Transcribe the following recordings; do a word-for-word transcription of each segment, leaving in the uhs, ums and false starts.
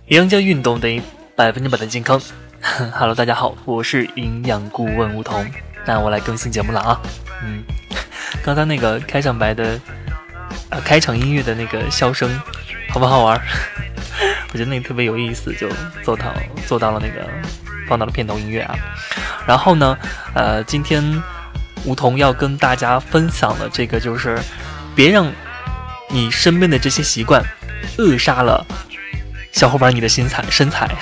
营养加运动等于百分之百的健康。Hello， 大家好，我是营养顾问吴桐，那我来更新节目了啊。嗯，刚才那个开场白的，呃，开场音乐的那个笑声，好不好玩？我觉得那个特别有意思，就做到做到了那个放到了片头音乐啊。然后呢，呃，今天吴桐要跟大家分享的这个就是，别让你身边的这些习惯扼杀了小伙伴你的身材身材。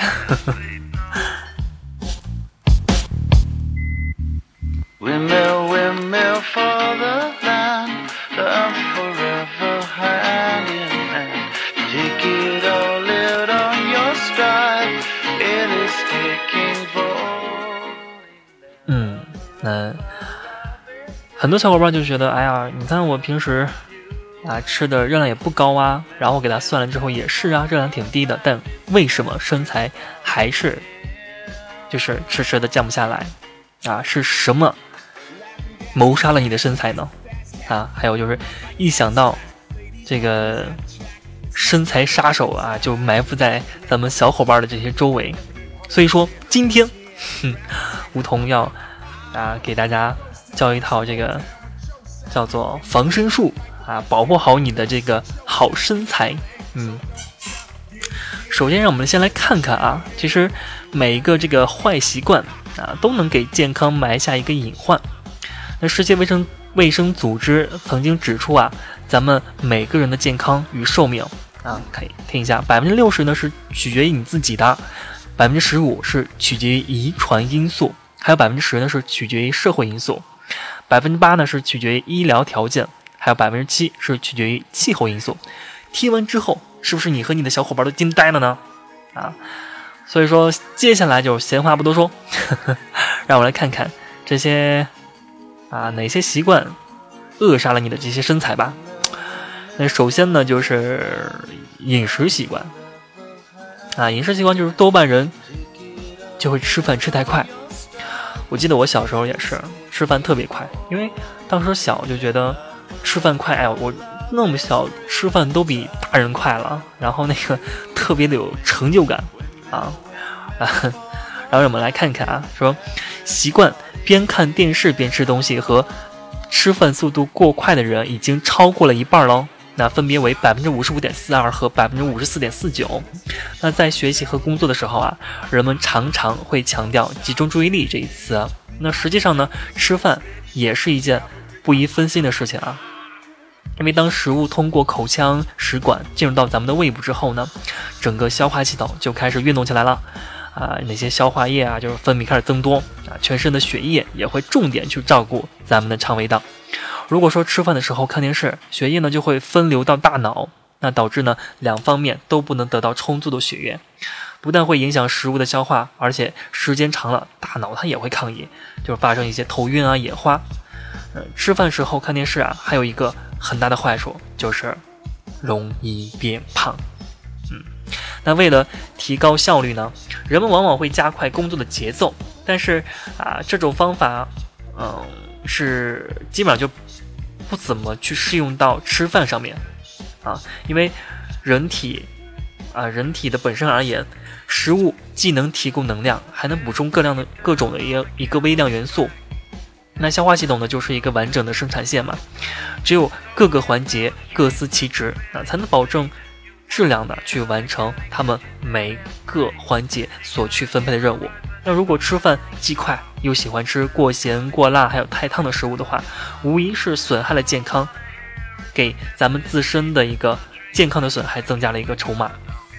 嗯，那很多小伙伴就觉得，哎呀，你看我平时啊吃的热量也不高啊，然后给它算了之后也是啊，热量挺低的，但为什么身材还是就是迟迟的降不下来啊？是什么谋杀了你的身材呢？啊，还有就是一想到这个身材杀手啊，就埋伏在咱们小伙伴的这些周围。所以说今天，哼，吴桐要啊给大家教一套这个叫做防身术啊，保护好你的这个好身材。嗯，首先让我们先来看看啊，其实每一个这个坏习惯啊，都能给健康埋下一个隐患。那世界卫生卫生组织曾经指出啊，咱们每个人的健康与寿命啊，可以听一下，百分之六十呢是取决于你自己的，百分之十五是取决于遗传因素，还有百分之十呢是取决于社会因素，百分之八呢是取决于医疗条件，还有百分之七是取决于气候因素。听完之后，是不是你和你的小伙伴都惊呆了呢？啊，所以说接下来就是闲话不多说，呵呵，让我来看看这些啊哪些习惯扼杀了你的这些身材吧。那首先呢就是饮食习惯啊，饮食习惯就是多半人就会吃饭吃太快。我记得我小时候也是吃饭特别快，因为当时小就觉得吃饭快，哎，我那么小吃饭都比大人快了，然后那个特别的有成就感啊啊！然后我们来看看啊，说习惯边看电视边吃东西和吃饭速度过快的人已经超过了一半喽。那分别为百分之五十五点四二和百分之五十四点四九。那在学习和工作的时候啊，人们常常会强调集中注意力这一词啊。那实际上呢，吃饭也是一件不宜分心的事情啊。因为当食物通过口腔食管进入到咱们的胃部之后呢，整个消化系统就开始运动起来了啊，那些消化液啊，就是分泌开始增多啊，全身的血液也会重点去照顾咱们的肠胃道。如果说吃饭的时候看电视，血液呢就会分流到大脑，那导致呢两方面都不能得到充足的血液，不但会影响食物的消化，而且时间长了，大脑它也会抗议，就是发生一些头晕啊、眼花。呃，吃饭时候看电视啊，还有一个很大的坏处就是容易变胖。嗯，那为了提高效率呢，人们往往会加快工作的节奏，但是啊，这种方法，嗯，是基本上就不怎么去适用到吃饭上面啊，因为人体啊，人体的本身而言，食物既能提供能量，还能补充各量的各种的一个一个微量元素。那消化系统呢，就是一个完整的生产线嘛，只有各个环节各司其职，那才能保证质量的去完成他们每个环节所去分配的任务。那如果吃饭既快又喜欢吃过咸过辣还有太烫的食物的话，无疑是损害了健康，给咱们自身的一个健康的损害增加了一个筹码。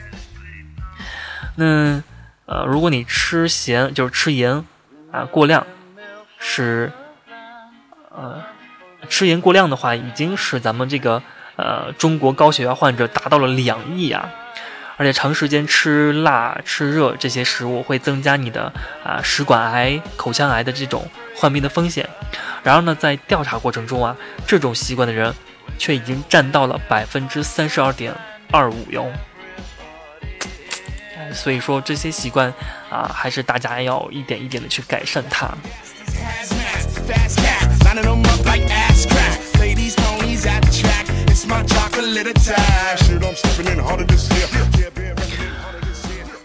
那呃，如果你吃咸就是吃盐啊过量，是呃吃盐过量的话，已经使咱们这个呃中国高血压患者达到了两亿啊。而且长时间吃辣吃热这些食物会增加你的啊、呃、食管癌口腔癌的这种患病的风险。然而呢，在调查过程中啊，这种习惯的人却已经占到了百分之三十二点二五哟。所以说这些习惯啊，还是大家要一点一点的去改善它。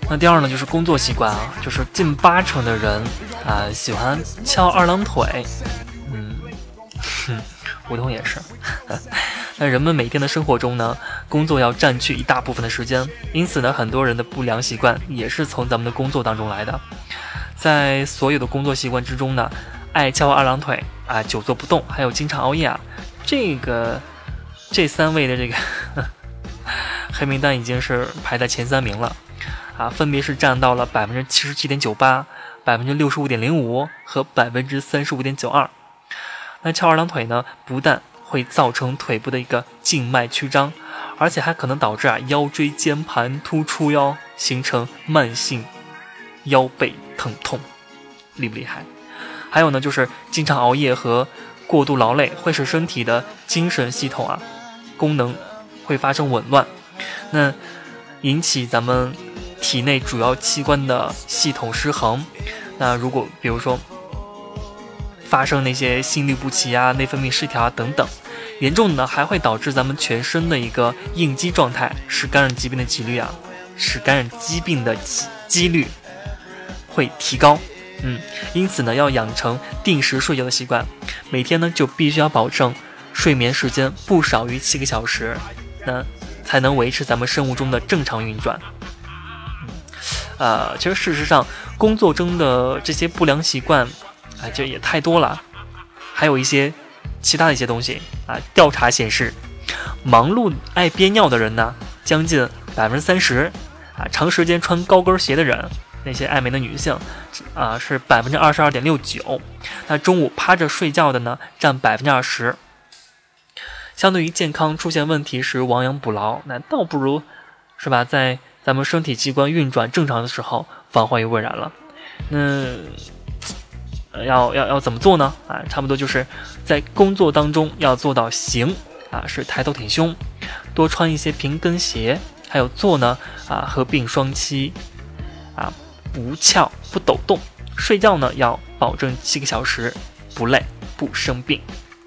那第二呢，就是工作习惯啊，就是近八成的人啊喜欢翘二郎腿，嗯，哼，梧桐也是。那人们每天的生活中呢，工作要占据一大部分的时间，因此呢，很多人的不良习惯也是从咱们的工作当中来的。在所有的工作习惯之中呢，爱翘二郎腿啊，久坐不动，还有经常熬夜啊，这个这三位的这个黑名单已经是排在前三名了啊，分别是占到了百分之七十七点九八、百分之六十五点零五和百分之三十五点九二。那翘二郎腿呢，不但会造成腿部的一个静脉曲张，而且还可能导致啊腰椎间盘突出哟，形成慢性腰背疼痛，厉不厉害？还有呢，就是经常熬夜和过度劳累会使身体的精神系统啊功能会发生紊乱，那引起咱们体内主要器官的系统失衡。那如果比如说发生那些心律不齐啊、内分泌失调啊等等，严重的呢还会导致咱们全身的一个应激状态，使感染疾病的几率啊，使感染疾病的几率会提高。嗯，因此呢，要养成定时睡觉的习惯，每天呢就必须要保证睡眠时间不少于七个小时，那才能维持咱们生物钟的正常运转。嗯，呃，其实事实上，工作中的这些不良习惯。啊，这也太多了，还有一些其他的一些东西啊。调查显示，忙碌爱憋尿的人呢，将近百分之三十啊；长时间穿高跟鞋的人，那些爱美的女性啊，是百分之二十二点六九。那中午趴着睡觉的呢，占百分之二十。相对于健康出现问题时亡羊补牢，那倒不如是吧，在咱们身体机关运转正常的时候，防患于未然了。那。要要要怎么做呢？啊，差不多就是在工作当中要做到行啊，是抬头挺胸，多穿一些平跟鞋，还有坐呢啊，合并双膝啊，不翘不抖动。睡觉呢要保证七个小时，不累不生病。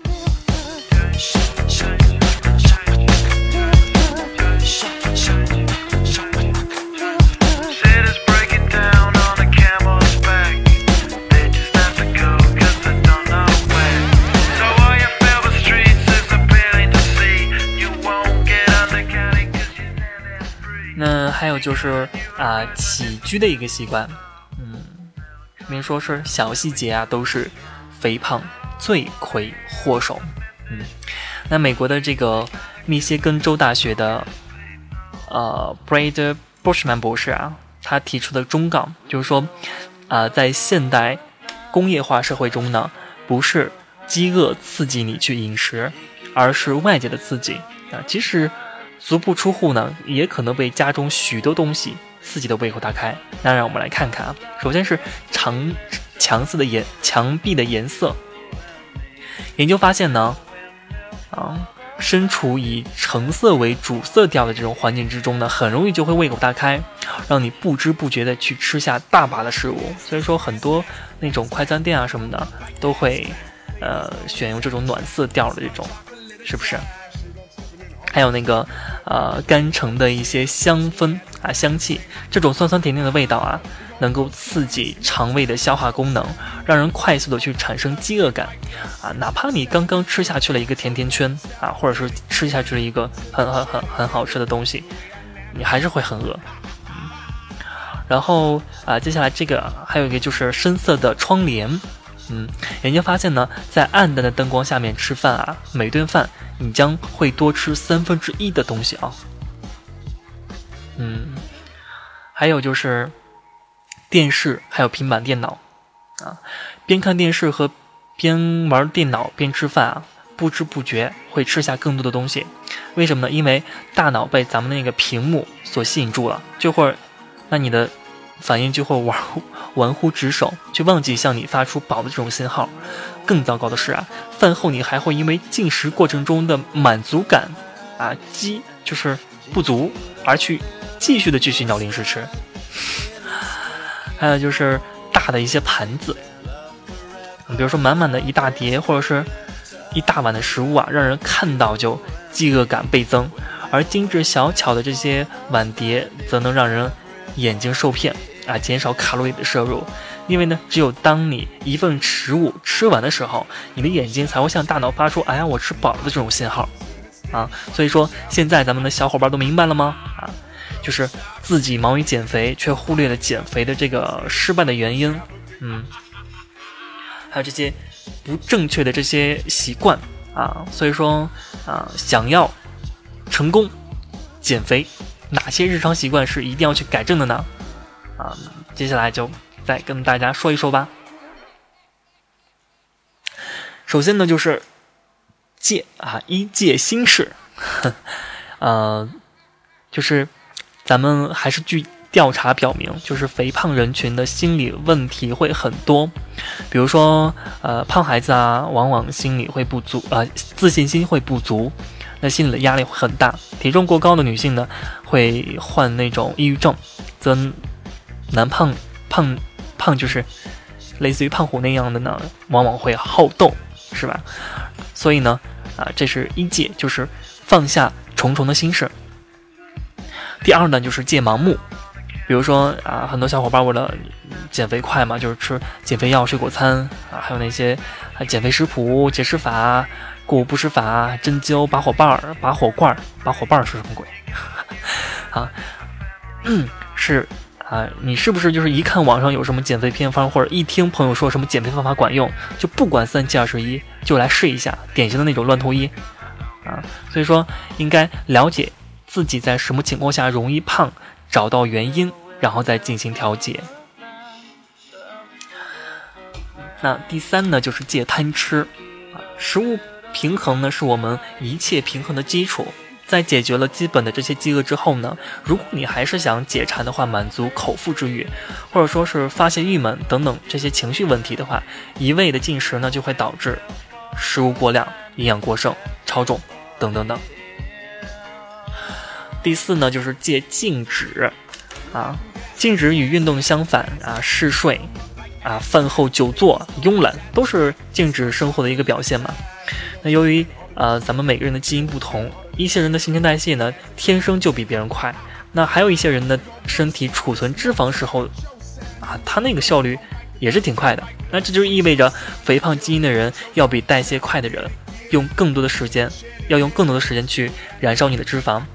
那还有就是啊、呃，起居的一个习惯，嗯，别说是小细节啊，都是肥胖罪魁祸首。嗯，那美国的这个密歇根州大学的呃 Brad Bushman 博士啊，他提出的忠告就是说，啊、呃，在现代工业化社会中呢，不是饥饿刺激你去饮食，而是外界的刺激啊，即使足不出户呢，也可能被家中许多东西刺激的胃口大开。那让我们来看看啊，首先是墙墙色的颜墙壁的颜色。研究发现呢，啊，身处以橙色为主色调的这种环境之中呢，很容易就会胃口大开，让你不知不觉的去吃下大把的食物。所以说，很多那种快餐店啊什么的，都会呃选用这种暖色调的这种，是不是？还有那个呃甘橙的一些香氛啊香气，这种酸酸甜甜的味道啊，能够刺激肠胃的消化功能，让人快速的去产生饥饿感啊。哪怕你刚刚吃下去了一个甜甜圈啊，或者是吃下去了一个很很很很好吃的东西，你还是会很饿。嗯、然后啊，接下来这个还有一个就是深色的窗帘。嗯，研究发现呢，在暗淡的灯光下面吃饭啊，每顿饭你将会多吃三分之一的东西啊。嗯，还有就是电视还有平板电脑啊，边看电视和边玩电脑边吃饭啊，不知不觉会吃下更多的东西。为什么呢？因为大脑被咱们那个屏幕所吸引住了，这会儿那你的反应就会玩忽玩忽职守，就忘记向你发出饱的这种信号。更糟糕的是啊，饭后你还会因为进食过程中的满足感啊饥就是不足，而去继续的继续咬零食吃。还有就是大的一些盘子，比如说满满的一大碟或者是一大碗的食物啊，让人看到就饥饿感倍增。而精致小巧的这些碗碟则能让人眼睛受骗啊，减少卡路里的摄入。因为呢，只有当你一份食物吃完的时候，你的眼睛才会向大脑发出哎呀我吃饱了的这种信号啊。所以说现在咱们的小伙伴都明白了吗？啊，就是自己忙于减肥，却忽略了减肥的这个失败的原因。嗯，还有这些不正确的这些习惯啊。所以说啊，想要成功减肥，哪些日常习惯是一定要去改正的呢？啊，接下来就再跟大家说一说吧。首先呢，就是戒啊，一戒心事，呃，就是咱们还是据调查表明，就是肥胖人群的心理问题会很多，比如说呃，胖孩子啊，往往心理会不足，呃，自信心会不足，那心理的压力会很大。体重过高的女性呢，会患那种抑郁症，则男胖胖胖就是类似于胖虎那样的呢，往往会好斗，是吧？所以呢，啊，这是一戒，就是放下重重的心事。第二呢，就是戒盲目。比如说啊，很多小伙伴为了减肥快嘛，就是吃减肥药、水果餐啊，还有那些啊减肥食谱、节食法、过午不食法、针灸、拔火棒、拔火罐、拔火棒是什么鬼？啊，嗯，是啊，你是不是就是一看网上有什么减肥偏方，或者一听朋友说什么减肥方法管用，就不管三七二十一就来试一下，典型的那种乱投医啊？所以说，应该了解自己在什么情况下容易胖，找到原因，然后再进行调节。那第三呢，就是戒贪吃啊，食物平衡呢是我们一切平衡的基础。在解决了基本的这些饥饿之后呢，如果你还是想解馋的话，满足口腹之欲，或者说是发泄郁闷等等这些情绪问题的话，一味的进食呢就会导致食物过量、营养过剩、超重等等等。第四呢，就是戒静止啊，静止与运动相反啊，嗜睡啊，饭后久坐、慵懒都是静止生活的一个表现嘛。那由于呃咱们每个人的基因不同，一些人的新陈代谢呢天生就比别人快，那还有一些人的身体储存脂肪时候啊，他那个效率也是挺快的。那这就意味着肥胖基因的人要比代谢快的人用更多的时间，要用更多的时间去燃烧你的脂肪。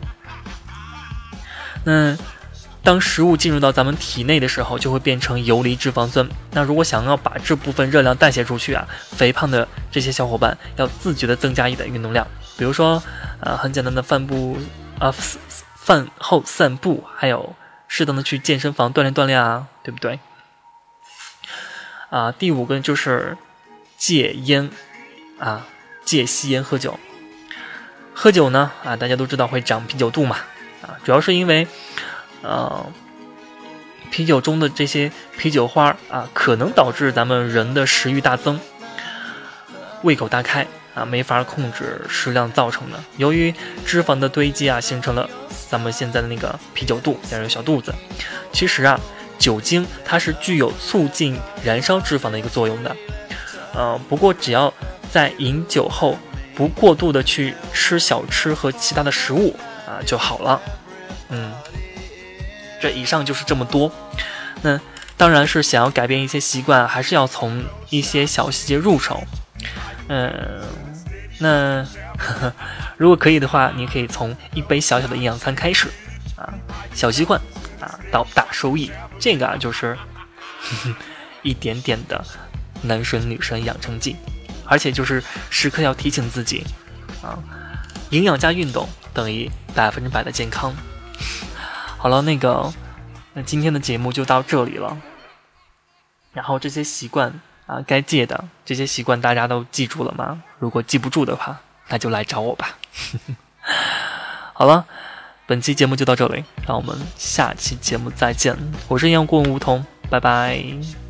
那当食物进入到咱们体内的时候，就会变成游离脂肪酸。那如果想要把这部分热量代谢出去啊，肥胖的这些小伙伴要自觉的增加一点运动量，比如说，呃，很简单的饭步啊、呃，饭后散步，还有适当的去健身房锻炼锻炼啊，对不对？啊、呃，第五个就是戒烟啊，戒吸烟喝酒。喝酒呢啊，大家都知道会长啤酒肚嘛啊，主要是因为。呃，啤酒中的这些啤酒花啊，可能导致咱们人的食欲大增，胃口大开啊，没法控制食量造成的。由于脂肪的堆积啊，形成了咱们现在的那个啤酒肚，像是小肚子。其实啊，酒精它是具有促进燃烧脂肪的一个作用的。呃，不过只要在饮酒后不过度的去吃小吃和其他的食物啊就好了。嗯。这以上就是这么多，那当然是想要改变一些习惯，还是要从一些小细节入手。嗯，那呵呵如果可以的话，你可以从一杯小小的营养餐开始啊，小习惯啊到大收益，这个啊就是呵呵一点点的男神女神养成记，而且就是时刻要提醒自己啊，营养加运动等于百分之百的健康。好了，那个，那今天的节目就到这里了。然后这些习惯啊，该戒的这些习惯大家都记住了吗？如果记不住的话，那就来找我吧。好了，本期节目就到这里，让我们下期节目再见。我是营养顾问梧桐，拜拜。